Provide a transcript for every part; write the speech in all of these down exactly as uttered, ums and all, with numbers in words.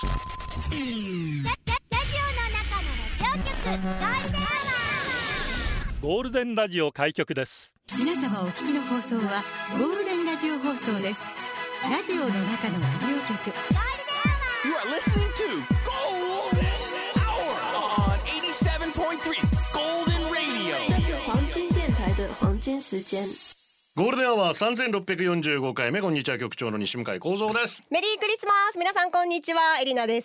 ゴールデンラジオ開局です。 皆様お聞きの放送はゴールデンラジオ放送です。ラジオの中のラジオ局 You are listening to Golden Hour on エイティセブンポイントスリー Golden Radio。 这是黄金電台的黄金時間。 ゴールデンアワーさんぜんろっぴゃくよんじゅうごかいめ、こんにちは、局長の西向井光三です。 メリークリスマス。皆さんこんにちは、エリナです。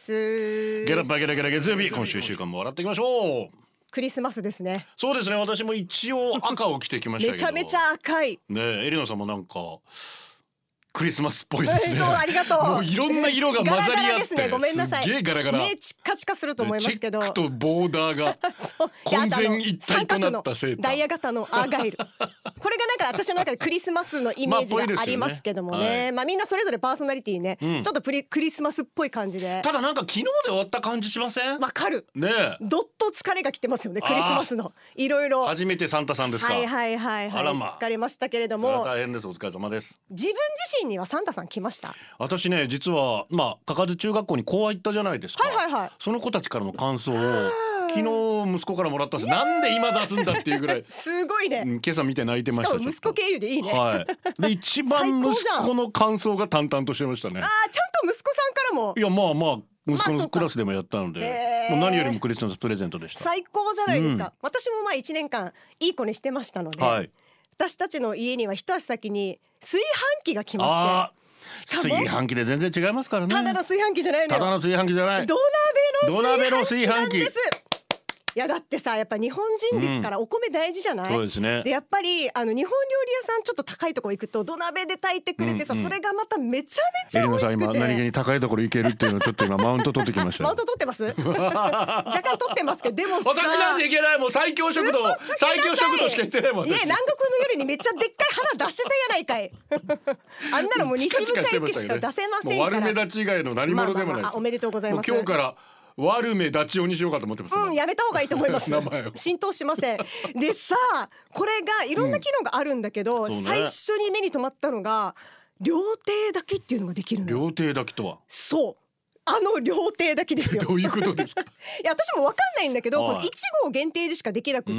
ゲラッパゲラゲラ月曜日、今週いっしゅうかんも笑っていきましょう。 クリスマスですね。 そうですね、私も一応赤を着てきましたけどめちゃめちゃ赤いね。え、エリナさんもなんかクリスマスっぽいですね。 そう、ありがとう。 もういろんな色が混ざり合って、 ガラガラですね、ごめんなさい。 すげえガラガラ。 目チカチカすると思いますけど、 チェックとボーダーが混然一体となったセーター、 ダイヤ型のアーガイルこれがなんか私の中でクリスマスのイメージがありますけどもね、まあね、はい、まあみんなそれぞれパーソナリティね、うん、ちょっとプリクリスマスっぽい感じで。 ただなんか昨日で終わった感じしません？ わかるねえ、 どっと疲れが来てますよね、クリスマスのいろいろ。 初めてサンタさんですか？ はいはいはいはい、あらまあ、疲れましたけれども。 大変です、お疲れ様です。 自分自身にはサンタさん来ました？ 私ね、実はまあかかず中学校に講話行ったじゃないですか。 はいはいはい。 その子たちからの感想を昨日息子からもらったんです。なんで今出すんだっていうぐらいすごいね、 うん、今朝見て泣いてました。 しかも息子経由でいいね、 はい、で一番息子の感想が淡々としてましたね。 あー、ちゃんと息子さんからも。 いや、まあまあ息子のクラスでもやったので、まあ、もう何よりもクリスマスプレゼントでした。 最高じゃないですか、うん、私もまあいちねんかんいい子にしてましたので、はい、私たちの家には一足先に炊飯器が来まして、しかも炊飯器で全然違いますからね。 ただの炊飯器じゃないのよ。 ただの炊飯器じゃない、 土鍋の炊飯器なんです。いやだってさ、やっぱ日本人ですから、うん、お米大事じゃない？ そうですね。 でやっぱりあの日本料理屋さんちょっと高いとこ行くと土鍋で炊いてくれてさ、うんうん、それがまためちゃめちゃ美味しくて。 エリナさん今何気に高いところ行けるっていうのをちょっと今マウント取ってきましたよ。 マウント取ってます若干取ってますけど、でもさ、 私なんていけない、もう最強食堂最強食堂しか言ってないもん。 いや、南国の夜にめっちゃでっかい花出してたやないかいあんなのもう西向井家しか出せませんから。もう悪目立ち以外の何者でもないです、まあまあまあ、 おめでとうございます。 今日から悪目立ち鬼にしようかと思ってます。 うん、やめた方がいいと思います名前を浸透しませんでさ、これがいろんな機能があるんだけど、うん、最初に目に留まったのが料亭炊きっていうのができるのよ。 料亭炊きとは？ そう、あの料亭炊きですよどういうことですか？いや私も分かんないんだけど、このいちごう限定でしかできなくって、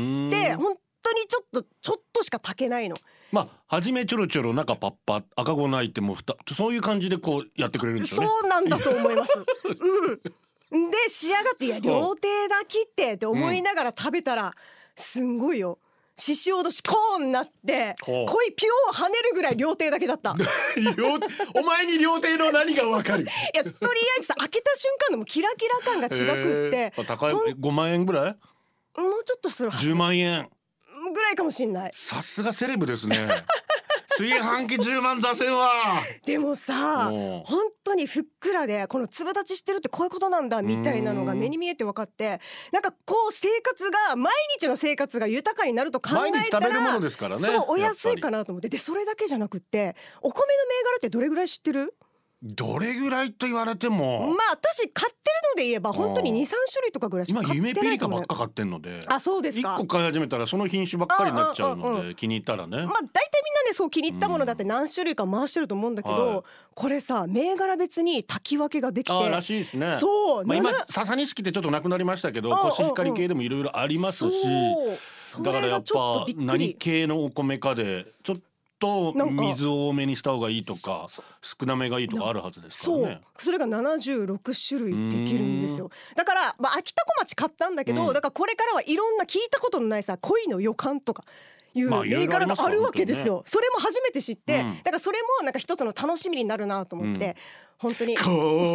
本当にちょっとちょっとしか炊けないの。 まあ初めちょろちょろ中パッパ赤子泣いてもふた、そういう感じでこうやってくれるんですよね。 そうなんだと思いますうんで仕上がって、いや料亭炊きってって思いながら食べたら、すんごいよ、ししおどしコーンなって濃いピューを跳ねるぐらい料亭だけだったお前に料亭の何がわかる？いや、とりあえずさ、開けた瞬間のもキラキラ感が違くって、 高いごまんえんぐらい？ もうちょっとするはず。 じゅうまんえんぐらいかもしんない。 さすがセレブですね炊飯器じゅうまん出せんわ。 でもさ、本当にふっくらで、この粒立ちしてるってこういうことなんだみたいなのが目に見えて分かって、なんかこう生活が毎日の生活が豊かになると考えたら、毎日食べるものですからね、そうお安いかなと思って。でそれだけじゃなくって、お米の銘柄ってどれぐらい知ってる？ どれぐらいと言われても、 まあ私買ってるので言えば本当に にさんしゅるいとかぐらいしか買ってないかも。 今夢ピリカばっか買ってんので。 あ、そうですか。 いっこ買い始めたらその品種ばっかりになっちゃうので、うんうんうん、気に入ったらね。まあ大体みんなでそう気に入ったものだって何種類か回してると思うんだけど、はい、これさ銘柄別に炊き分けができて、 あらしいですね。 そう、 まあ、今笹錦ってちょっとなくなりましたけど、コシヒカリ系でもいろいろありますし、だからやっぱ何系のお米かでちょっとと水を多めにした方がいいとか少なめがいいとかあるはずですからね。 そう、それがななじゅうろくしゅるいできるんですよ。だから、まあ、秋田小町買ったんだけど、うん、だからこれからはいろんな聞いたことのないさ恋の予感とかいう銘柄があるわけですよ、まあ、それも初めて知って、うん、だからそれもなんか一つの楽しみになるなと思って、うん、本当に恋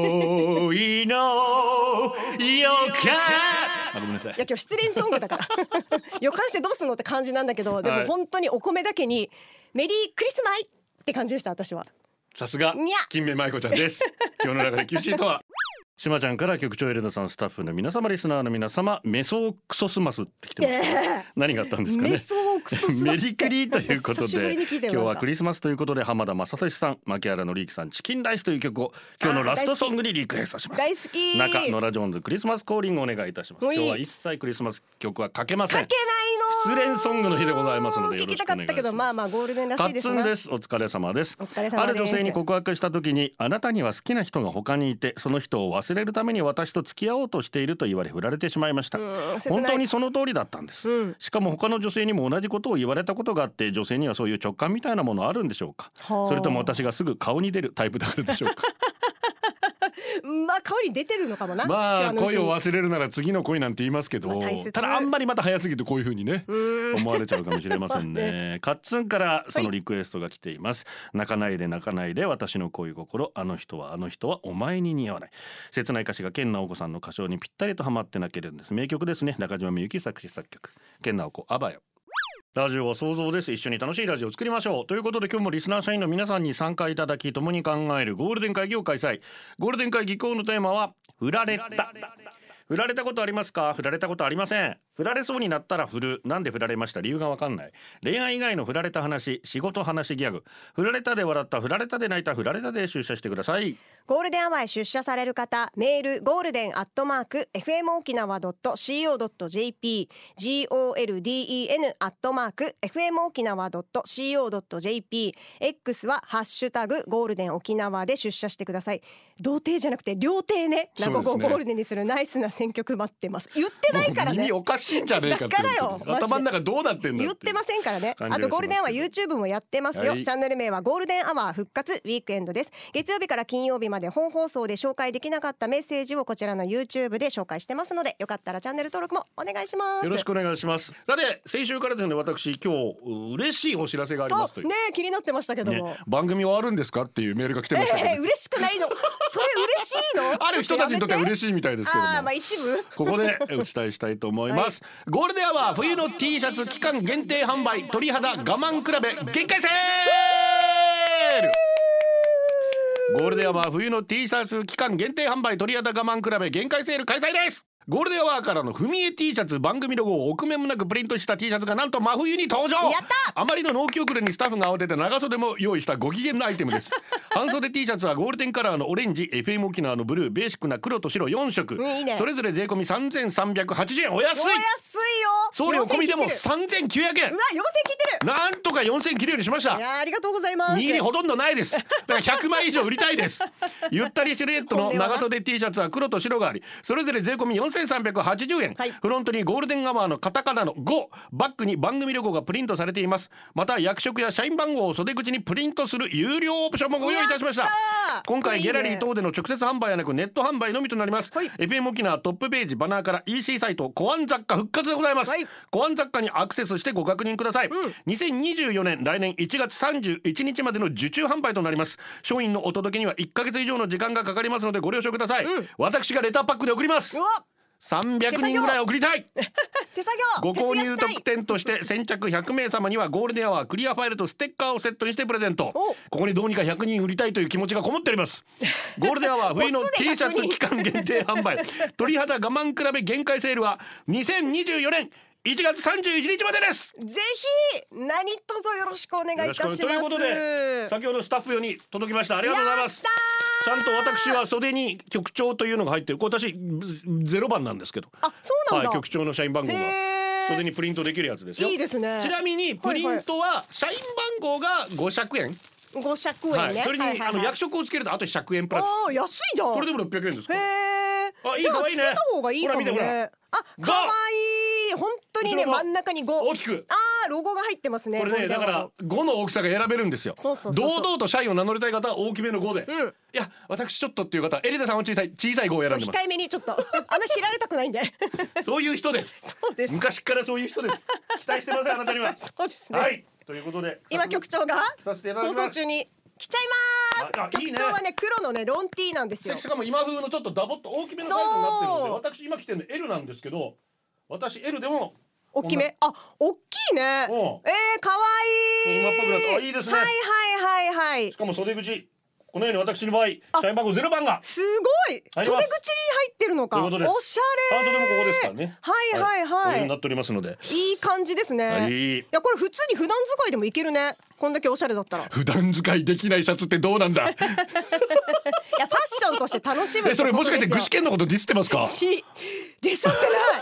の予感あ、ごめんなさい。 いや今日失恋ソングだから予感してどうすんのって感じなんだけど、でも本当にお米だけにメリークリスマイって感じでした私は。 さすが金目舞子ちゃんです今日の中で キューシー とはしまちゃんから局長エレナさん、スタッフの皆様、リスナーの皆様、メソークソスマスって来てます、えー、何があったんですかね。 メソークソスマスメリクリということで今日はクリスマスということで浜田雅俊さん、牧原紀之さん、チキンライスという曲を今日のラストソングにリクエストします。 大好き。 中野良ジョーンズクリスマスコーリングお願いいたします。今日は一切クリスマス曲はかけません。 かけないの。 失恋ソングの日でございますのでよろしくお願いします。聞きたかったけど、 まあまあゴールデンらしいですな。 カッツンです。お疲れ様です。 お疲れ様です。 ある女性に告白した時に、あなたには好きな人が他にいてその人を忘れるために私と付き合おうとしていると言われ振られてしまいました。本当にその通りだったんです、うん、しかも他の女性にも同じことを言われたことがあって、女性にはそういう直感みたいなものあるんでしょうか。それとも私がすぐ顔に出るタイプであるでしょうか。 まあ顔に出てるのかもな。 まあ恋を忘れるなら次の恋なんて言いますけど、まあ、ただあんまりまた早すぎてこういう風にね思われちゃうかもしれませんね。カッツンからそのリクエストが来ています、はい、泣かないで泣かないで私の恋心、あの人はあの人はお前に似合わない。切ない歌詞が研ナオコさんの歌唱にぴったりとハマって泣けるんです。名曲ですね。中島みゆき作詞作曲、研ナオコ、あばよ。ラジオは想像です。一緒に楽しいラジオを作りましょうということで、今日もリスナー社員の皆さんに参加いただき共に考えるゴールデン会議を開催。ゴールデン会議今日のテーマは振られた。振られたことありますか？振られたことありません。振られそうになったら振る。なんで振られました？理由がわかんない。恋愛以外の振られた話、仕事話ギャグ、振られたで笑った、振られたで泣いた、振られたで出社してください。 ゴールデンアワーへ出社される方、メールゴールデンアットマーク エフエム 沖縄 ドット シーオー ドット ジェーピー ゴールデン アットマーク エフエム 沖縄 ドット シーオー ドット ジェーピー X はハッシュタグゴールデン沖縄で出社してください。童貞じゃなくて両貞ね。名古屋をゴールデンにするナイスな選曲待ってます。言ってないからね。 耳おかしいんじゃねえかって。だからよ、頭の中どうなってんだって言ってませんからね。あとゴールデンアワー YouTube もやってますよ、はい、チャンネル名はゴールデンアワー復活ウィークエンドです。月曜日から金曜日まで本放送で紹介できなかったメッセージをこちらの YouTube で紹介してますので、よかったらチャンネル登録もお願いします。 よろしくお願いします。さて先週からですね、私今日嬉しいお知らせがありますというね。気になってましたけども、 ね、番組終わるんですかっていうメールが来てましたけど、 えー、嬉しくないのそれ嬉しいのある人たちにとっては嬉しいみたいですけども、 あ、まあ一部ここでお伝えしたいと思います、はい、ゴールデンアワー冬の T シャツ期間限定販売、鳥肌我慢比べ限界セール。ゴールデンアワー冬の T シャツ期間限定販売、鳥肌我慢比べ限界セール開催です。ゴールデンアワーからのふみえ T シャツ、番組ロゴを臆面もなくプリントした T シャツがなんと真冬に登場。 やった。 あまりの納期遅れにスタッフが慌てて長袖も用意したご機嫌なアイテムです半袖 T シャツはゴールデンカラーのオレンジ、 エフエム 沖縄のブルー、ベーシックな黒と白よんしょく、 いいね、 それぞれ税込みさんぜんさんびゃくはちじゅうえん。お安い。 お安いよ。 送料込みでもさんぜんきゅうひゃくえん。 うわ、よんせん切ってる。 なんとかよんせん切るようにしました。 いや、ありがとうございます。 握りほとんどないです。だからひゃくまい以上売りたいですゆったりシルエットの長袖 T シャツは黒と白があり、それぞれ税込みよんせんさんびゃくはちじゅうえん、はい、フロントにゴールデンアワーのカタカナのご、バックに番組ロゴがプリントされています。また役職や社員番号を袖口にプリントする有料オプションもご用意いたしました。今回ギャラリー等での直接販売はなくネット販売のみとなります、はい、エフエム 沖縄トップページバナーから イーシー サイトコアン雑貨復活でございます、はい、コアン雑貨にアクセスしてご確認ください、うん、にせんにじゅうよねん来年いちがつさんじゅういちにちまでの受注販売となります。商品のお届けにはいっかげつ以上の時間がかかりますのでご了承ください、うん、私がレターパックで送ります。さんびゃくにんぐらい送りたい手作業ご購入特典として先着ひゃくめいさまにはゴールデンアワークリアファイルとステッカーをセットにしてプレゼント。ここにどうにかひゃくにん売りたいという気持ちがこもっておりますゴールデンアワー冬の T シャツ期間限定販売鳥肌我慢比べ限界セールはにせんにじゅうよねんいちがつさんじゅういちにちまでです。 ぜひ何卒よろしくお願いいたします。 ということで先ほどスタッフ用に届きました。ありがとうございます。ちゃんと私は袖に局長というのが入ってる。これ私ゼロばんなんですけど、 あ、そうなんだ、 はい、局長の社員番号が袖にプリントできるやつですよ。 いいですね。 ちなみにプリントは社員番号がごひゃくえん、 ごひゃくえんね、はい、 それに、 はいはいはい、 あの役職をつけるとあとひゃくえんプラス。 あ、安いじゃん。 それでもろっぴゃくえんですか。 へー、 あ、いい、 じゃあかわいいね。 つけた方がいいかもね。あ、かわいい。本当にね、真ん中にご大きく、 あー、ロゴが入ってますね。 これね、だからごの大きさが選べるんですよ。そうそうそうそう、堂々と社員を名乗りたい方は大きめのごで、うん、いや私ちょっとっていう方、エリダさんは小さい小さいごを選んでます。 控えめにちょっとあんま知られたくないんでそういう人です。そうです、昔からそういう人です。期待してます、あなたには。そうですね、はい、ということで今局長が放送中に来ちゃいます。局長はね、黒のねロン T なんですよ。 しかも今風のちょっとダボっと大きめのサイズになってるので、私今着てるの エル なんですけど、私 エル でも大きめ、あ、大きいね。えー、かわいい。 今っぽくなって、あ、いいですね。 はいはいはいはい。 しかも袖口、このように私の場合社員番号ゼロばんがすごい袖口に入ってるのか。おしゃれ。 半袖もここですからね。 はいはいはい、 こういう風になっておりますので、いい感じですね、はい、いやこれ普通に普段使いでもいけるね。こんだけおしゃれだったら。 普段使いできないシャツってどうなんだいやファッションとして楽しむってことですよ。 え、それもしかして具志堅のことディスってますか。 ディスってないT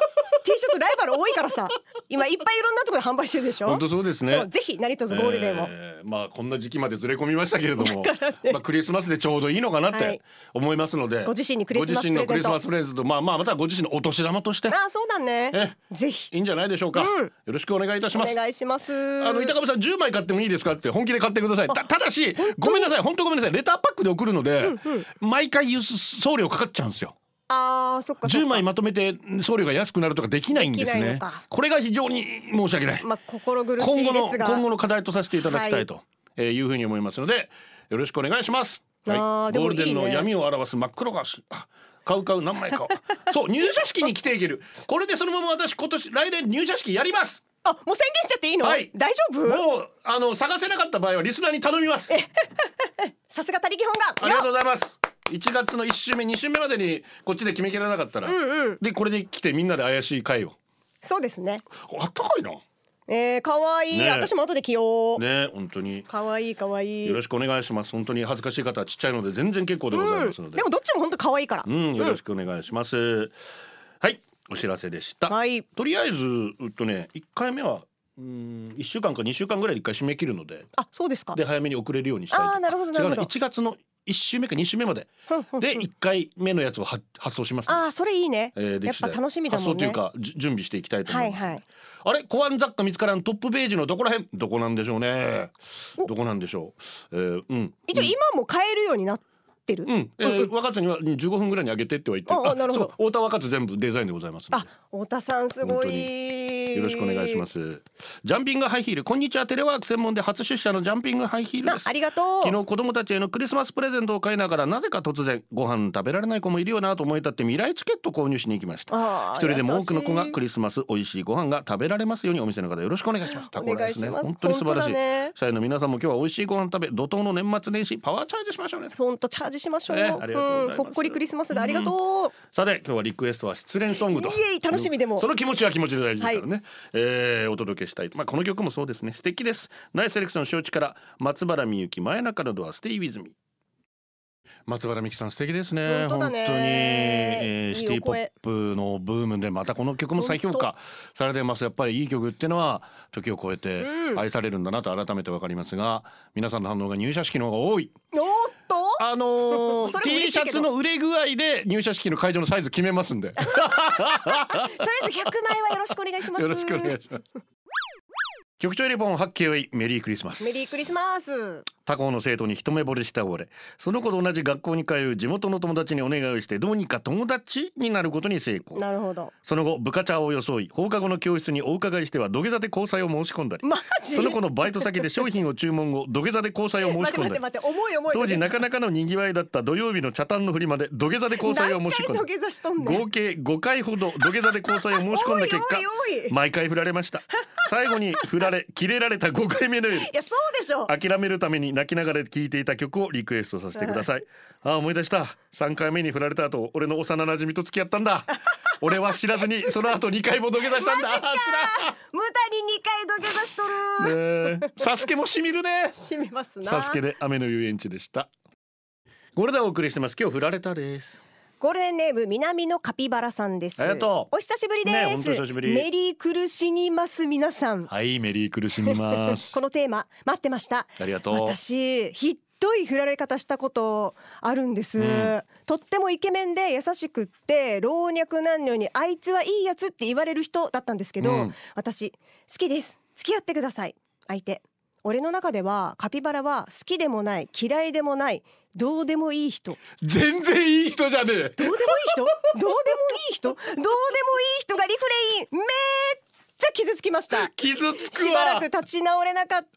T シャツライバル多いからさ今いっぱいいろんなところで販売してるでしょ。 本当そうですね。 そうぜひ何卒ゴールデンを、 えー、まあこんな時期までずれ込みましたけれども、 ねまあクリスマスでちょうどいいのかなっはてい思いますので、 ご自身にクリスマスプレゼント、 ご自身のクリスマスプレゼント、まあまあまたご自身のお年玉としてああそうだねえぜひいいんじゃないでしょうか、 うんよろしくお願いいたします。 お願いします。 あの板上さんじゅうまい買ってもいいですかって本気で買ってください。た, ただしごめんなさい本当ごめんなさいレターパックで送るので、 うんうん、 毎回輸送料かかっちゃうんですよ。 あーそっかそっかじゅうまいまとめて送料が安くなるとかできないんですね。これが非常に申し訳ない、 まあ、心苦し今後のいですが今後の課題とさせていただきたいと、 はいえーいうふうに思いますのでよろしくお願いします。 あーはい、 でもいいねゴールデンの闇を表す真っ黒があ買う買う何枚かそう入社式に来ていけるこれでそのまま私今年来年入社式やります。 あもう宣言しちゃっていいの、 はい、 大丈夫。 もうあの探せなかった場合はリスナーに頼みます。 さすが他力本願ありがとうございます。いちがつのいっ週目に週目までにこっちで決めきれなかったら、 うんうん、 でこれで来てみんなで怪しい会を。 そうですね。 あったかいな。 えー、かわいい、 ね、 私も後で着ようね本当にかわいいかわいい。 よろしくお願いします。本当に恥ずかしい方はちっちゃいので全然結構でございますので、 うん、でもどっちも本当かわいいから、 うんよろしくお願いします、うん、はいお知らせでした、 はい、 とりあえずうっとねいっかいめはうんいっしゅうかんかにしゅうかんぐらいでいっかい締め切るので、 あそうですか。 で早めに送れるようにしたいと。 あなるほどなるほど。 違うないちがつのいっ週目かに週目まででいっかいめのやつを発送します、ね、 あそれいいね、 えー、でやっぱ楽しみだもんね。 発送というか準備していきたいと思います、 はいはい、 あれコアン雑貨見つからんトップページのどこら辺どこなんでしょうね。どこなんでしょう、えーうん、 一応今も買えるようになってる、 うんえー、若津にはじゅうごふんぐらいに上げてっては言ってる。 ああなるほど。 そう太田若津全部デザインでございますので。 あ太田さんすごいよろしくお願いします。ジャンピングハイヒールこんにちは。テレワーク専門で初出社のジャンピングハイヒールです。 ありがとう。 昨日子供たちへのクリスマスプレゼントを買いながらなぜか突然ご飯食べられない子もいるよなと思い立って未来チケット購入しに行きました。一人でも多くの子がクリスマス美味しいご飯が食べられますようにお店の方よろしくお願いします。タコライスね本当に素晴らしい、ね、社員の皆さんも今日は美味しいご飯食べ怒涛の年末年始パワーチャージしましょうね。 本当チャージしましょう、 えー、ありがとうございます、 うん、ほっこりクリスマスでありがとう、うん、 さて今日はリクエストは失恋ソングといえい楽しみでもその気持ちは気持ちで大事ですからね、はいえー、お届けしたい、まあ、この曲もそうですね素敵です。ナイスセレクション承知から松原みゆき真夜中のドアステイウィズミ。松原美樹さん素敵ですね。 本当だね本当に、えー、シティポップのブームでまたこの曲も再評価されてます。やっぱりいい曲っていうのは時を超えて愛されるんだなと改めて分かりますが、皆さんの反応が入社式の方が多い。 おっとあのー、T シャツの売れ具合で入社式の会場のサイズ決めますんでとりあえずひゃくまいはよろしくお願いします。 よろしくお願いします。局長リボン八景はいメリークリスマス。 メリークリスマス。 他校の生徒に一目惚れした俺、その子と同じ学校に通う地元の友達にお願いをしてどうにか友達になることに成功。 なるほど。 その後部下茶を装い放課後の教室にお伺いしては土下座で交際を申し込んだり、 マジその子のバイト先で商品を注文後土下座で交際を申し込んだり待って待って待って重い重い。 当時なかなかの賑わいだった土曜日の茶炭の振りまで土下座で交際を申し込んだ。 何回土下座しとんねん。 合計ごかいほど土下座で交際を申し込んだ結果おいおいおい毎回振られました。最後に振られキレられたごかいめの夜、 いやそうでしょ。 諦めるために泣きながら聴いていた曲をリクエストさせてください。ああ思い出した。さんかいめに振られた後俺の幼馴染と付き合ったんだ。俺は知らずにその後にかいも土下座したんだ。 マジか無駄ににかい土下座しとる、 ね、サスケもしみるね。 しみますな。 サスケで雨の遊園地でした。ゴールデンお送りしてます。今日振られたです。 ゴールデンネーム南のカピバラさんです。 ありがとう。 お久しぶりです、 ね、本当久しぶり。 メリー苦しみます皆さん。 はいメリー苦しみますこのテーマ待ってました。 ありがとう。 私ひどい振られ方したことあるんです、うん、とってもイケメンで優しくって老若男女にあいつはいいやつって言われる人だったんですけど、うん、私好きです付き合ってください。相手俺の中ではカピバラは好きでもない嫌いでもないどうでもいい人。 全然いい人じゃねえ。 どうでもいい人どうでもいい人どうでもいい人がリフレインめっちゃ傷つきました。 傷つくわ。 しばらく立ち直れなかった。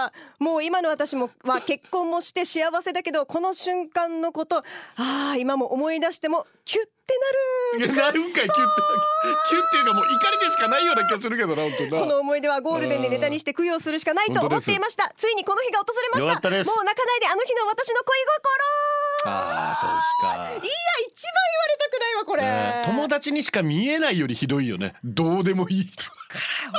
もう今の私もは結婚もして幸せだけどこの瞬間のことああ今も思い出してもキュッてなる。 なるんかいキュッてキュッていうかもう怒りでしかないような気がするけどな。本当なこの思い出はゴールデンでネタにして供養するしかないと思っていました。ついにこの日が訪れました。もう泣かないであの日の私の恋心。 ああそうですか。 いや一番言われたくないわこれ、 ね、友達にしか見えないよりひどいよね。どうでもいい人からよ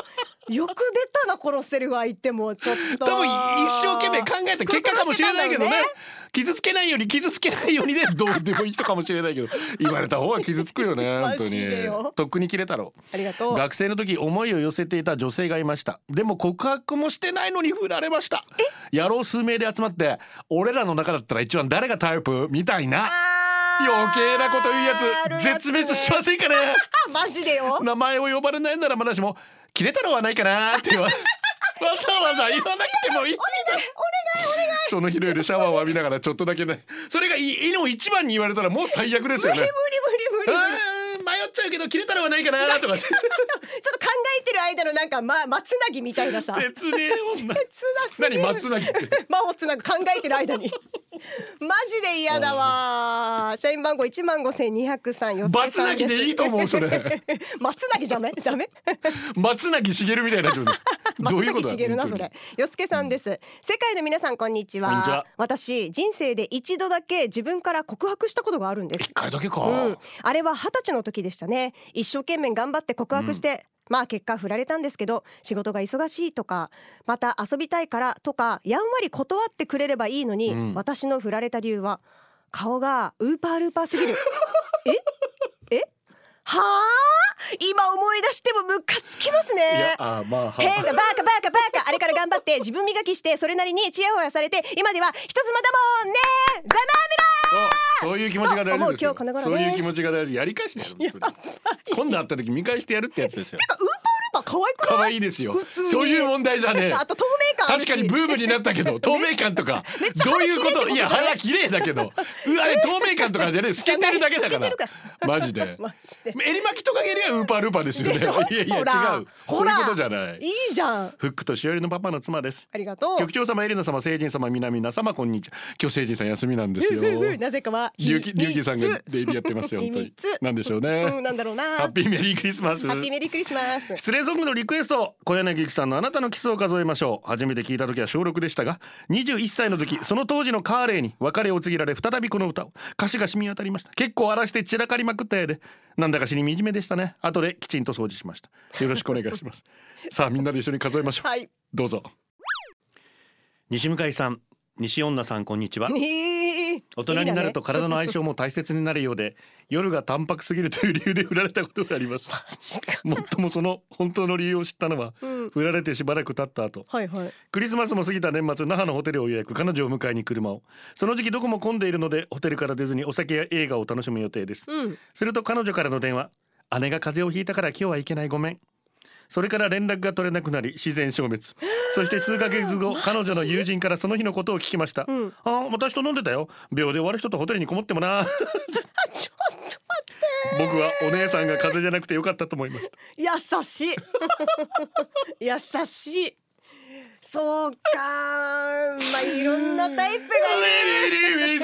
よく出たなこのセリフは言ってもちょっと多分一生懸命考えた結果かもしれないけどね、傷つけないように傷つけないようにねどうでもいい人かもしれないけど言われた方は傷つくよね本当マジでよに。とっくに切れたろ。 ありがとう。 学生の時思いを寄せていた女性がいました。でも告白もしてないのに振られました。野郎数名で集まって俺らの中だったら一番誰がタイプみたいな余計なこと言うやつ絶滅しませんかねマジでよ。 名前を呼ばれないならまだしも切れたろはないかなって言わわざわざ言わなくてもいい。お願いお願いお願い。その日の夜シャワーを浴びながらちょっとだけね、それがいいの一番に言われたらもう最悪ですよね。 無理無理無理無理無理。 迷っちゃうけど切れたらはないかなとかってちょっと考えてる間のなんか、ま、松なぎみたいなさ切ねえ女。 切なすぎる。 何松なぎって魔をつなぐ考えてる間にマジで嫌だわ。社員番号一万五千二百三よすけ松なぎさんです。 でいいと思うそれ松なぎじゃめダメ松なぎしげるみたいな状態どういうことだ。 松なぎしげるなそれ。よすけさんです、うん、世界の皆さんこんにちは。 こんにちは。 私人生で一度だけ自分から告白したことがあるんです。 一回だけか、 うん、あれは二十歳の時でしたね。一生懸命頑張って告白して、うん、まあ結果振られたんですけど、仕事が忙しいとかまた遊びたいからとかやんわり断ってくれればいいのに、うん、私の振られた理由は顔がウーパールーパーすぎるええはあ今思い出してもムカつきますね。 いやあまあ変なバカバカバカあれから頑張って自分磨きしてそれなりにチヤホヤされて今では人妻だもんねざまみろそう、そういう気持ちが大事ですよ。 今日この頃です。 そういう気持ちが大事。やり返してやる。今度会った時見返してやるってやつですよ。 てかウーパールーパー可愛くない？ 可愛いですよ。 普通にそういう問題じゃねえ。 あと透明感あるし。 確かにブームになったけど透明感とかめっちゃどういうこと？ 肌綺麗ってことじゃない？ いや肌綺麗だけどうわあれ透明感とかじゃねえ透けてるだけだからマジでマジで襟巻きとかげりはウーパールーパーですよね。 でしょいやいや違ほらうそういうことじゃない。 いいじゃん。 フックとしおりのパパの妻です。 ありがとう。 局長様エレナ様成人様皆々様こんにちは。今日成人さん休みなんですよ。 なぜかは龍騎さんがデイビーやってますよ本当に。なんでしょうね。 うんなんだろうな。 ハッピーメリークリスマス。 ハッピーメリークリスマス。 失礼ソングのリクエスト小柳ゆきさんのあなたのキスを数えましょう。初めて聞いた時は小ろくでしたがにじゅういっさいの時その当時のカーレーに別れを告げられ再びこの歌を歌詞が染み渡りました。結構荒らして散らかりまくったようでなんだかしに惨めでしたね。後できちんと掃除しました。よろしくお願いしますさあみんなで一緒に数えましょう、はい、どうぞ。西向井さん西女さんこんにちは。大人になると体の相性も大切になるようで夜が淡白すぎるという理由で振られたことがあります。もっともその本当の理由を知ったのは、うん、振られてしばらく経った後、はいはい、クリスマスも過ぎた年末那覇のホテルを予約彼女を迎えに車をその時期どこも混んでいるのでホテルから出ずにお酒や映画を楽しむ予定です、うん、すると彼女からの電話姉が風邪をひいたから今日は行けないごめん。それから連絡が取れなくなり自然消滅。そして数ヶ月後彼女の友人からその日のことを聞きました、うん、あ私と飲んでたよ秒で終わる人とホテルにこもってもなちょっと待って僕はお姉さんが風邪じゃなくてよかったと思いました。 優しい優しい。そうかまあいろんなタイプがね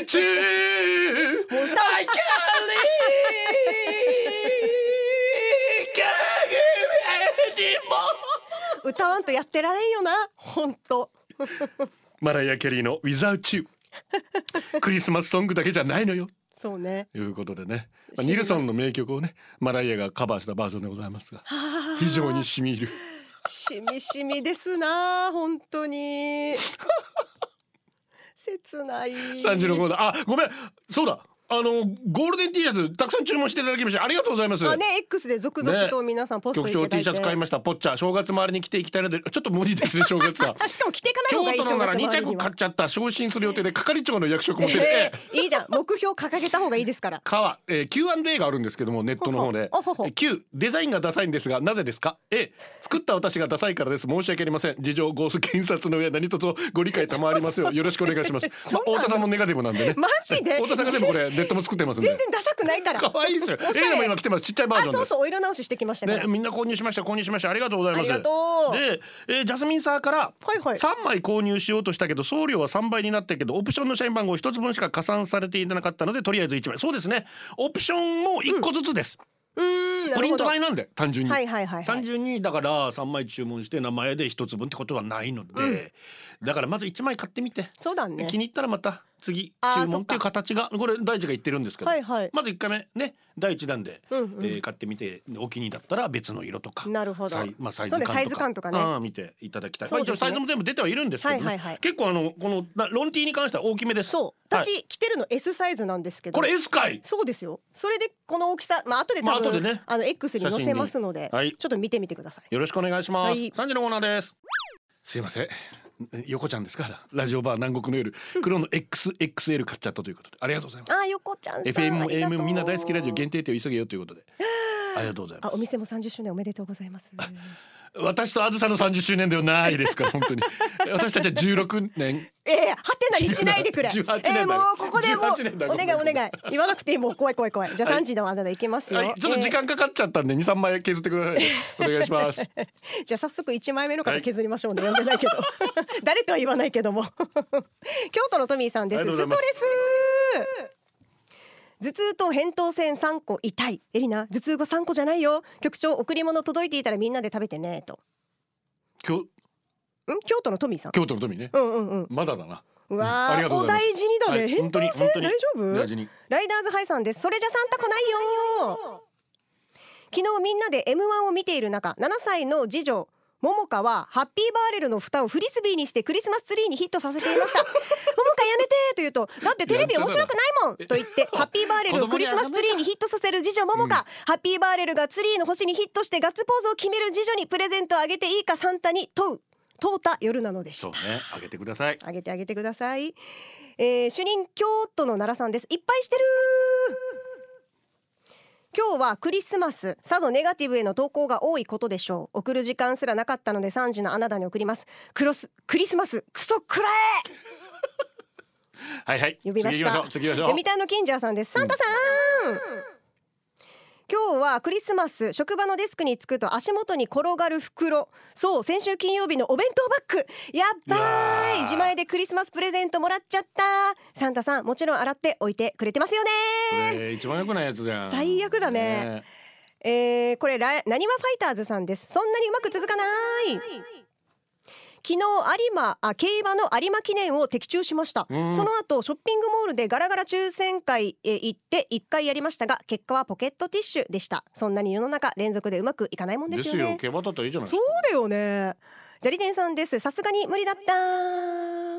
歌わんとやってられんよな本当マライア・キャリーの Without You クリスマスソングだけじゃないのよ。 そうねということでね、まあ、ニルソンの名曲をねマライアがカバーしたバージョンでございますが非常にしみ入るしみしみですな本当に切ないさんじのコーナー。あごめんそうだあのゴールデン T シャツたくさん注文していただきましてありがとうございます。 あね X で続々と皆さんポストいただいて、 ね、局長 T シャツ買いました。ポッチャ正月周りに来ていきたいのでちょっと無理ですね正月はしかも着ていかない方がいい。 京都のならに着買っちゃった昇進する予定で係長の役職も出て、 えー、いいじゃん目標掲げた方がいいですからか、えー、キューアンドエー があるんですけどもネットの方でほほほ Q デザインがダサいんですがなぜですか。 A 作った私がダサいからです申し訳ありません事情ゴース検察の上何卒ご理解賜りますようよろしくお願いします、まあ、太田さんもネガティブなんでねマジで太田さんがでもこれネットも作ってますんで全然ダサくないから可愛いですよ。A でも今来てますちっちゃいバージョンです。 あそうそうお色直ししてきましたね。 ねみんな購入しました購入しましたありがとうございます。 ありがとう。 で、えー、ジャスミンサーから、 はいはい、 さんまい購入しようとしたけど送料はさんばいになったけどオプションの社員番号ひとつぶんしか加算されていなかったのでとりあえずいちまい。そうですねオプションもいっこずつです、 うんプリント代なんで単純に、 はいはいはいはい、 単純にだからさんまい注文して名前でひとつぶんってことはないので、うん、だからまずいちまい買ってみて、 そうだね、 気に入ったらまた次注文っていう形がこれ大地が言ってるんですけど、 はいはい、 まずいっかいめね第一弾で、 うんうん、 えー、買ってみてお気に入りだったら別の色とか、 なるほど、 サイ、まあ、サイズ感とか、 サイズ感とかね、 あ見ていただきたい、 そうですね、 まあ、一応サイズも全部出てはいるんですけど、ね、はいはいはい、結構あのこのロン T に関しては大きめです。 そう、私、はい、着てるの S サイズなんですけど、 これ S かい。そうですよ。それでこの大きさ、まあ後で多分、まあ後でね、あの X に載せますので、はい、ちょっと見てみてください。 よろしくお願いします。はい、さんじのコーナーです。すいません、横ちゃんですか、ラジオバー南国の夜、黒の エックスエックスエル 買っちゃったということでありがとうございます。 あ、横ちゃんさんエフエム も エーエム もみんな大好きラジオ限定手を急げよということでありがとうございます。 あ、お店もさんじゅっしゅうねんおめでとうございます。 私とあずさのさんじゅっしゅうねんではないですから本当に私たちはじゅうろくねんええー、はてなにしないでくれじゅうはちねんえー、もうここでもうお願いお願い言わなくていい、もう怖い怖い怖い。じゃあさんじのあだ名いけますよ、 はいはい、ちょっと時間かかっちゃったんで にさんまい削ってくださいお願いしますじゃあ早速いちまいめの方削りましょうね、はい、読んでないけど誰とは言わないけども京都のトミーさんです。ストレス頭痛と扁桃腺さんこ痛い。エリナ、頭痛がさんこじゃないよ。局長、贈り物届いていたらみんなで食べてねと。京ん京都のトミーさん。 京都のトミーね。 うんうんうん。 まだだな。 うわー、お大事にだね。扁桃腺大丈夫？ 大事に。 ライダーズハイさんです。それじゃサンタ来ないよ。昨日みんなで エムワン を見ている中、ななさいの次女ももかはハッピーバーレルの蓋をフリスビーにしてクリスマスツリーにヒットさせていましたももかやめてと言うと、だってテレビ面白くないもんと言ってハッピーバーレルをクリスマスツリーにヒットさせる次女ももか、うん、ハッピーバーレルがツリーの星にヒットしてガッツポーズを決める次女にプレゼントをあげていいかサンタに問う問うた夜なのでした。 そうね、あげてください。 あげてあげてください。えー、主任京都の奈良さんです。いっぱいしてる今日はクリスマス、さぞネガティブへの投稿が多いことでしょう。送る時間すらなかったのでさんじのあなたに送ります。クロスクリスマスクソくらえはいはい、 呼びました。 次行きましょう。 読谷のキンジャーさんです。サンタさん、うん、今日はクリスマス、職場のデスクに着くと足元に転がる袋、そう先週金曜日のお弁当バッグ、やっばい、自前でクリスマスプレゼントもらっちゃった。サンタさんもちろん洗っておいてくれてますよね。 これ一番良くないやつじゃん。 最悪だね、ねえー、これなにわファイターズさんです。そんなにうまく続かない。昨日有馬あ競馬の有馬記念を的中しました。その後ショッピングモールでガラガラ抽選会へ行っていっかいやりましたが、結果はポケットティッシュでした。そんなに世の中連続でうまくいかないもんですよね。 ですよ、競馬だったらいいじゃないですか。 そうだよね。ジャリテンさんです。さすがに無理だった。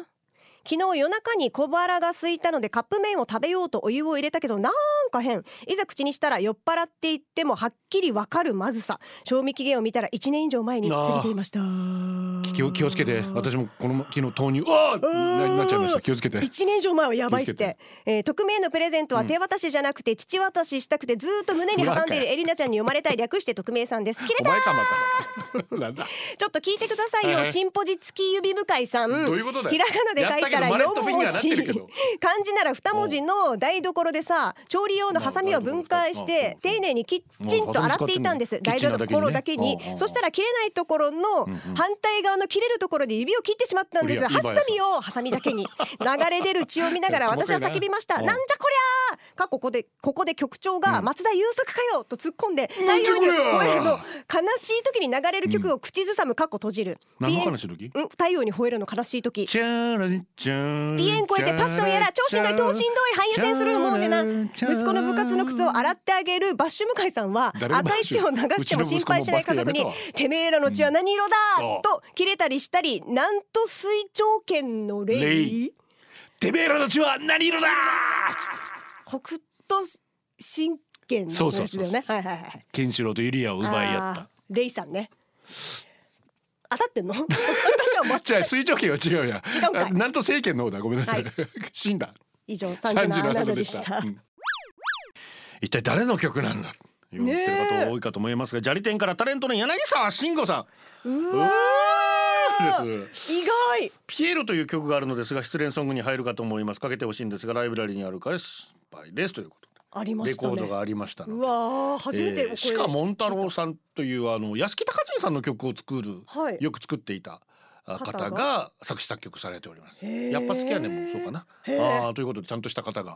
昨日夜中に小腹が空いたのでカップ麺を食べようとお湯を入れたけどなんか変。いざ口にしたら酔っ払っていってもはっきりわかるまずさ。賞味期限を見たらいちねん以上前に過ぎていました。気を、 気をつけて。私もこの昨日豆乳あーなっちゃいました。気をつけて。 いちねん以上前はやばいって、えー、匿名のプレゼントは手渡しじゃなくて父渡ししたくてずっと胸に挟んでいるエリナちゃんに読まれたい、略して匿名さんです。切れたーなんだちょっと聞いてくださいよ、はい、チンポジ付き指向井さん。 どういうことだよ。 ひらがなで書いたらよんもじ、漢字ならに文字の台所でさ、調理用のハサミを分解して丁寧にきちんと洗っていたんです。台所だけに。そしたら切れないところの反対側の切れるところで指を切ってしまったんです。ハサミをハサミだけに流れ出る血を見ながら私は叫びました。なんじゃこりゃー。かここでここで局長が松田優作かよと突っ込んで、太陽に吠えるの悲しい時に流れる曲を口ずさむかっこ閉じる。 何の悲しい時？ 太陽に吠えるの悲しい時。ピエン超えてパッションやら超しんどい等しんどい反映線するもうでな。息子の部活の靴を洗ってあげるバッシュ向井さんは赤い血を流しても心配しない家族にてめえらの血は何色だ、うん、と切れたりしたり、なんと水長剣の霊、 てめえらの血は何色だ北斗神拳のやつだよね。はいはいはい。 ケンシロウとユリアを奪い合ったレイさんね。当たってんの？私は全くじゃあ水長剣は違うや。 違うかい。 なんと政権の方だ。ごめんなさい。はい、死んだ。 以上さんじのあなたでした。うん、 一体誰の曲なんだ。言ってる方多いかと思いますが、ジャリテンからタレントの柳沢慎吾さん。うわーです。 意外。 ピエロという曲があるのですが、失恋ソングに入るかと思います。かけてほしいんですが、ライブラリにあるかですバイですということで。 ありましたね。 レコードがありましたので。 うわ初めて、えー、鹿モンタロウさんというあの安木隆人さんの曲を作る、はい、よく作っていた方が作詞作曲されております。やっぱ好きやねんもそうかな。あということでちゃんとした方が、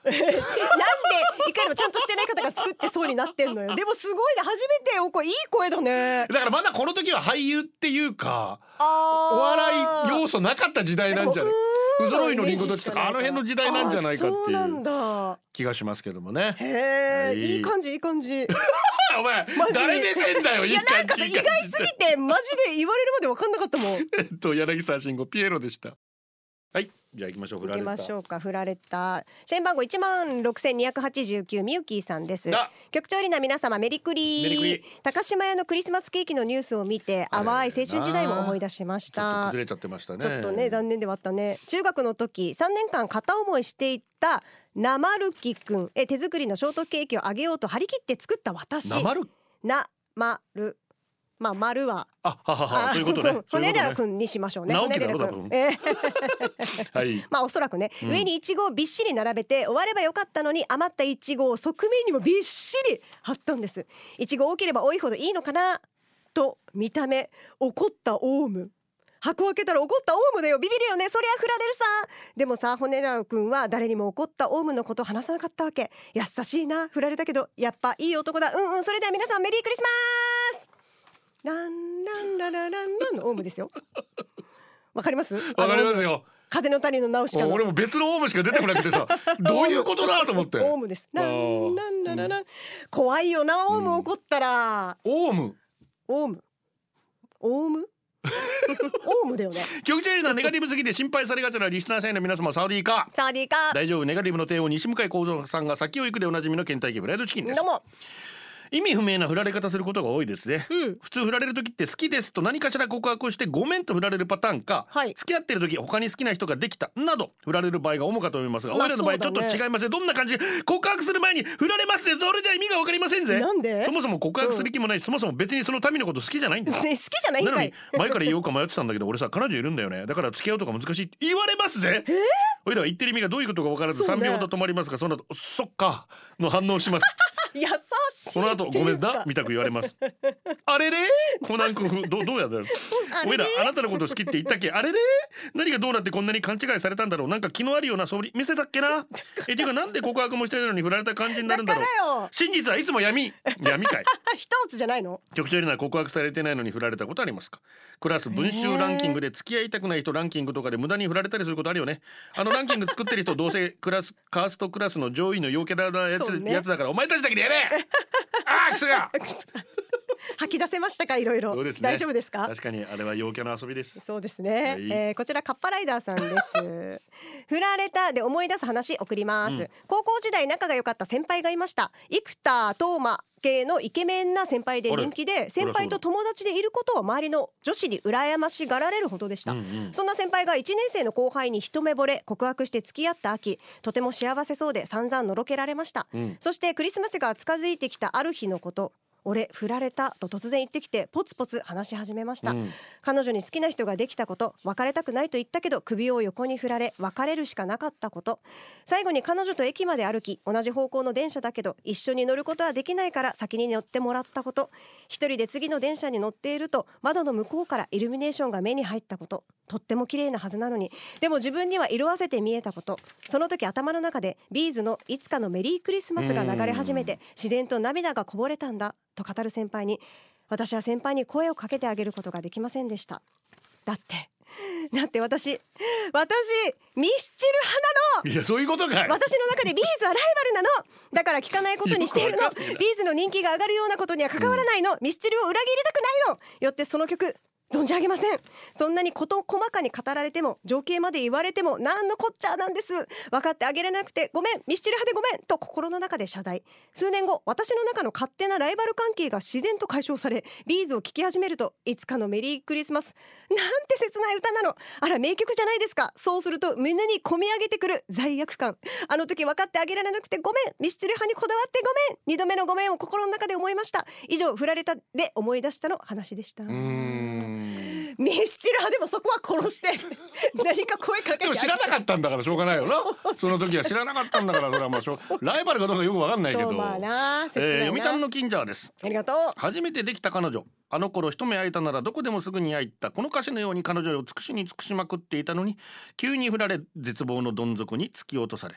なんでいかにもちゃんとしてない方が作ってそうになってんのよ。でもすごいね、初めてお声いい声だね。 だからまだこの時は俳優っていうかあお笑い要素なかった時代なんじゃない、不揃いのリンゴとかあの辺の時代なんじゃないかっていう気がしますけどもね。 へえ、いい感じいい感じお前誰目線だよ。 いやなんかさ意外すぎてマジで言われるまで分かんなかったもん。 えっと柳沢慎吾ピエロでした。はい、じゃあ行きましょう。 行きましょうか。振られた社員番号いちまんろくせんにひゃくはちじゅうきゅうみゆきーさんです。局長リナ皆様メリクリメリクリ。 高島屋のクリスマスケーキのニュースを見て淡い青春時代を思い出しました。 ちょっと崩れちゃってましたね。 ちょっとね残念ではあったね。中学の時さんねんかん片思いしていたなまるきくん、え手作りのショートケーキをあげようと張り切って作った私。 なまるなまるまあ丸はあはははそういうことね。 骨レラ君にしましょうね。 直樹だろだと思う。はい。 まあおそらくね、 うん、 上にイチゴをびっしり並べて終わればよかったのに余ったイチゴを側面にもびっしり貼ったんです。イチゴ多ければ多いほどいいのかなと見た目怒ったオウム。箱開けたら怒ったオウムだよ、ビビるよね、そりゃ振られるさ。でもさ骨レラ君は誰にも怒ったオウムのことを話さなかったわけ。優しいな、振られたけどやっぱいい男だ。うんうん。それでは皆さんメリークリスマス。ランランララランランのオウムですよ。わかります？ わかりますよ。 風の谷のナウシカの。 俺も別のオウムしか出てこなくてさどういうことだと思って。 オウムです。ランランラララン。怖いよなオウム怒ったら。 オウム。 オウム。オウム。オウムだよね。 局長よりのネガティブすぎて心配されがちなリスナー社員の皆様、サウディーかサウディーか大丈夫。ネガティブの帝王西向井幸三さんが先を行くでおなじみのケンタッキーフライドチキンです。 どうも。 意味不明な振られ方することが多いですね、うん、普通振られる時って好きですと何かしら告白をしてごめんと振られるパターンか、はい、付き合ってる時他に好きな人ができたなど振られる場合が主かと思いますが、まあ、おいらの場合ちょっと違いますね。どんな感じで告白する前に振られますぜ、それじゃ意味が分かりませんぜ。 なんで？ そもそも告白する気もないし、うん、そもそも別にその民のこと好きじゃないんです、 ね、好きじゃないんかい。 なのに前から言おうか迷ってたんだけど俺さ彼女いるんだよね、だから付き合うとか難しいって言われますぜ。えー、おいらは言ってる意味がどういうことか分からずさんびょうほど止まりますが、その後そっかの反応をします優しい。 その後ごめんなみたく言われますあれれコナン君 ど, どうやったのおいらあなたのこと好きって言ったっけ、あれれ何がどうなってこんなに勘違いされたんだろう、なんか気のあるようなそぶり見せたっけなえていうかなんで告白もしてるのに振られた感じになるんだろう。真実はいつも闇闇かい一つじゃないの。 局長よりな告白されてないのに振られたことありますか。クラス文集ランキングで付き合いたくない人ランキングとかで無駄に振られたりすることあるよね。あのランキング作ってる人どうせクラスカーストクラスの上位の陽キャラなやつ、ね、やつだからお前たちだけでやれあークソが吐き出せましたか、いろいろ。 そうですね、 大丈夫ですか。 確かにあれは陽キャの遊びです。 そうですね、 はい、 えー、こちらカッパライダーさんです振られたで思い出す話送ります、うん、高校時代仲が良かった先輩がいました。生田斗真系のイケメンな先輩で人気で、先輩と友達でいることを周りの女子に羨ましがられるほどでした、うんうん、そんな先輩がいちねん生の後輩に一目惚れ告白して付き合った秋、とても幸せそうで散々のろけられました、うん、そしてクリスマスが近づいてきたある日のこと、俺振られたと突然言ってきてポツポツ話し始めました、うん、彼女に好きな人ができたこと、別れたくないと言ったけど首を横に振られ別れるしかなかったこと、最後に彼女と駅まで歩き同じ方向の電車だけど一緒に乗ることはできないから先に乗ってもらったこと、一人で次の電車に乗っていると窓の向こうからイルミネーションが目に入ったこと、とっても綺麗なはずなのにでも自分には色あせて見えたこと、その時頭の中でビーズのいつかのメリークリスマスが流れ始めて自然と涙がこぼれたんだと語る先輩に、私は先輩に声をかけてあげることができませんでした。だってだって私私ミスチル派なの。 いやそういうことかい。 私の中でビーズはライバルなの。だから聞かないことにしているの。ビーズの人気が上がるようなことには関わらないの、うん、ミスチルを裏切りたくないの。よってその曲存じ上げません。そんなに事細かに語られても情景まで言われても何のこっちゃなんです。分かってあげれなくてごめん、ミスチル派でごめんと心の中で謝罪。数年後私の中の勝手なライバル関係が自然と解消されビーズを聴き始めるといつかのメリークリスマスなんて切ない歌なの。あら名曲じゃないですか。そうすると胸に込み上げてくる罪悪感。あの時分かってあげられなくてごめん、ミスチル派にこだわってごめん、二度目のごめんを心の中で思いました。以上振られたで思い出したの話でした。うーんミスチル派でもそこは殺して何か声かけて。 でも知らなかったんだからしょうがないよな。その時は知らなかったんだからそれはまあしょライバルかどうかよくわかんないけど。 まあな、 えー、読谷の金ジャーです。 ありがとう。 初めてできた彼女、あの頃一目会えたならどこでもすぐに会いた、この歌詞のように彼女を尽くしに尽くしまくっていたのに急に振られ絶望のどん底に突き落とされ、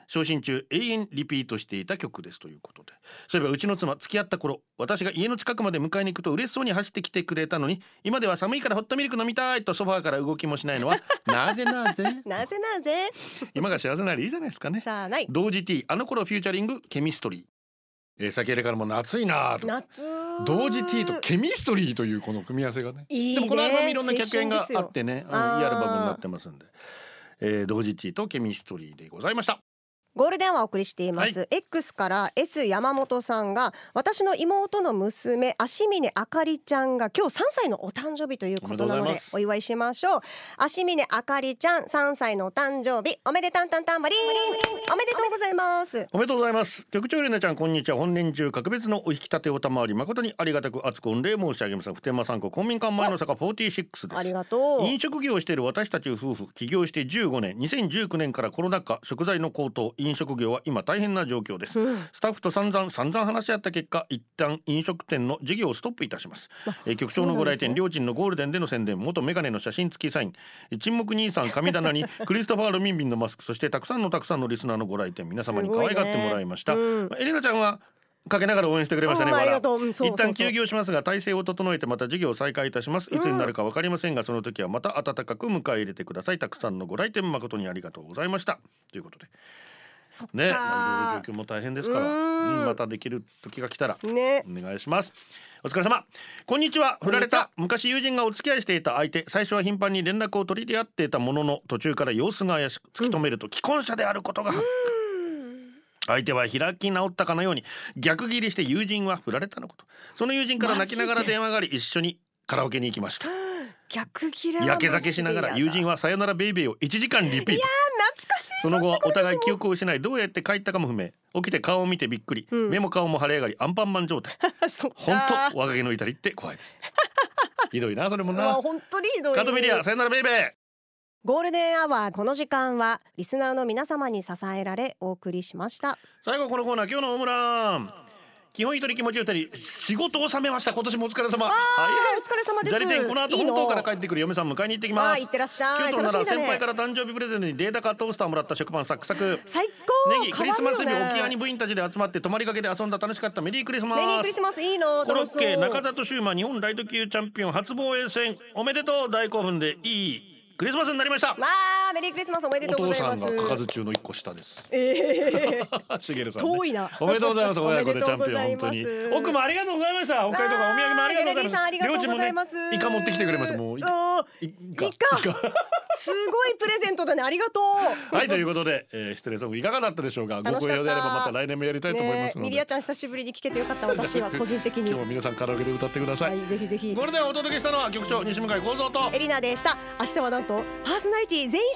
昇進中永遠リピートしていた曲ですということで、そういえばうちの妻付き合った頃、私が家の近くまで迎えに行くと嬉しそうに走ってきてくれたのに、今では寒いからホットミルク飲みたいとソファーから動きもしないのはなぜなぜなぜなぜ今が幸せならいいじゃないですかね。 しゃあない。 同時 T あの頃フューチャリングケミストリー、えー、先入れからも夏いなと、 夏同時 T とケミストリーというこの組み合わせがね、 いいね。 でもこのアルバムいろんな客演があってね、あのいいアルバムになってまますんで、えー、同時 T とケミストリーでございました。 ゴールデンはお送りしています、 はい、 X から S 山本さんが、私の妹の娘足峰あかりちゃんが今日さんさいのお誕生日ということなのでお祝いしましょう。足峰あかりちゃんさんさいのお誕生日おめでたんたんたんばりん、おめでとうございます。 おめでとうございます。局長エレナちゃんこんにちは。本年中格別のお引き立てを賜り誠にありがたく厚く御礼申し上げます。普天間産区公民館前の坂よんじゅうろくです。 ありがとう。 飲食業をしている私たち夫婦、起業してじゅうごねん、にせんじゅうきゅうねんからコロナ禍、食材の高騰、飲食業は今大変な状況です、うん、スタッフと散々散々話し合った結果、一旦飲食店の事業をストップいたします。えー、局長のご来店、両親のゴールデンでの宣伝、元メガネの写真付きサイン、沈黙兄さん神棚にクリストファー・ルミンビンのマスク、そしてたくさんのたくさんのリスナーのご来店、皆様に可愛がってもらいました、うん、エレナちゃんはかけながら応援してくれましたね。 ありがとう、うん、そうそうそう。 一旦休業しますが体制を整えてまた事業を再開いたします。いつになるか分かりませんが、うん、その時はまた温かく迎え入れてください。たくさんのご来店誠にありがとうございましたということでね、まあ、いろいろ状況も大変ですから、うん、またできる時が来たら、ね、お願いします。お疲れ様。こんにちは。振られた昔友人がお付き合いしていた相手、最初は頻繁に連絡を取り合っていたものの、途中から様子が怪しく、突き止めると既婚者であることが発覚。相手は開き直ったかのように逆ギレして友人は振られたのこと。その友人から泣きながら電話があり、一緒にカラオケに行きました。 逆ギレはやけ酒しながら友人はさよならベイベーをいちじかんリピート。いや懐かしい。 その後はお互い記憶を失い、どうやって帰ったかも不明。起きて顔を見てびっくり、うん、目も顔も腫れ上がりアンパンマン状態本当若気の至りって怖いですひどいなそれもな。 本当にひどい。 カトミリアさよならベイベー。 ゴールデンアワー、この時間はリスナーの皆様に支えられお送りしました。 最後このコーナー、今日のホームラン。基本一人気持ち二人、仕事を収めました。今年もお疲れ様。 あ、はい、お疲れ様です。 砂利店この後本島から帰ってくる嫁さん迎えに行ってきます。 あ、行ってらっしゃい。 京都なら先輩から誕生日プレゼントにデータカートースターもらった食パンサクサク。 最高。 ネギクリスマス日沖合に部員たちで集まって泊まりがけで遊んだ楽しかった。メリークリスマス。 メリークリスマスいいの。 コロッケ中里シューマ日本ライト級チャンピオン初防衛戦おめでとう。大興奮でいいクリスマスになりました。 わあ、メリークリスマスおめでとうございます。 お父さんがかかず中の一個下です。 ええー、 しげるさん、ね、 遠いな。 おめでとうございます。親子でチャンピオン本当に。奥もありがとうございました。北海道からお土産もありがとうございます。 さんありがとうございます。 イカ持ってきてくれました。もうイカ。 イカ。すごいプレゼントだね。ありがとう。 はい、ということで、えー、失礼ソングいかがだったでしょうか。ご好評であればまた来年もやりたいと思いますので、ね、 ミリアちゃん久しぶりに聞けてよかった。私は個人的に今日も皆さんカラオケで歌ってください。 はい、ぜひぜひ。 これでお届けしたのは局長西向井光三とエリナでした。明日はなんとパーソナリティ全員集合です。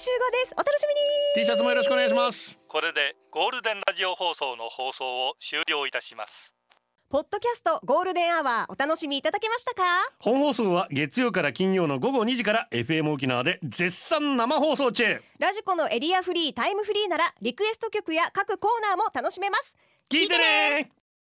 お楽しみに。 T シャツもよろしくお願いします。 これでゴールデンラジオ放送の放送を終了いたします。 ポッドキャストゴールデンアワーお楽しみいただけましたか。 本放送は月曜から金曜の午後にじから エフエム 沖縄で絶賛生放送中。 ラジコのエリアフリータイムフリーならリクエスト曲や各コーナーも楽しめます。 聞いてね。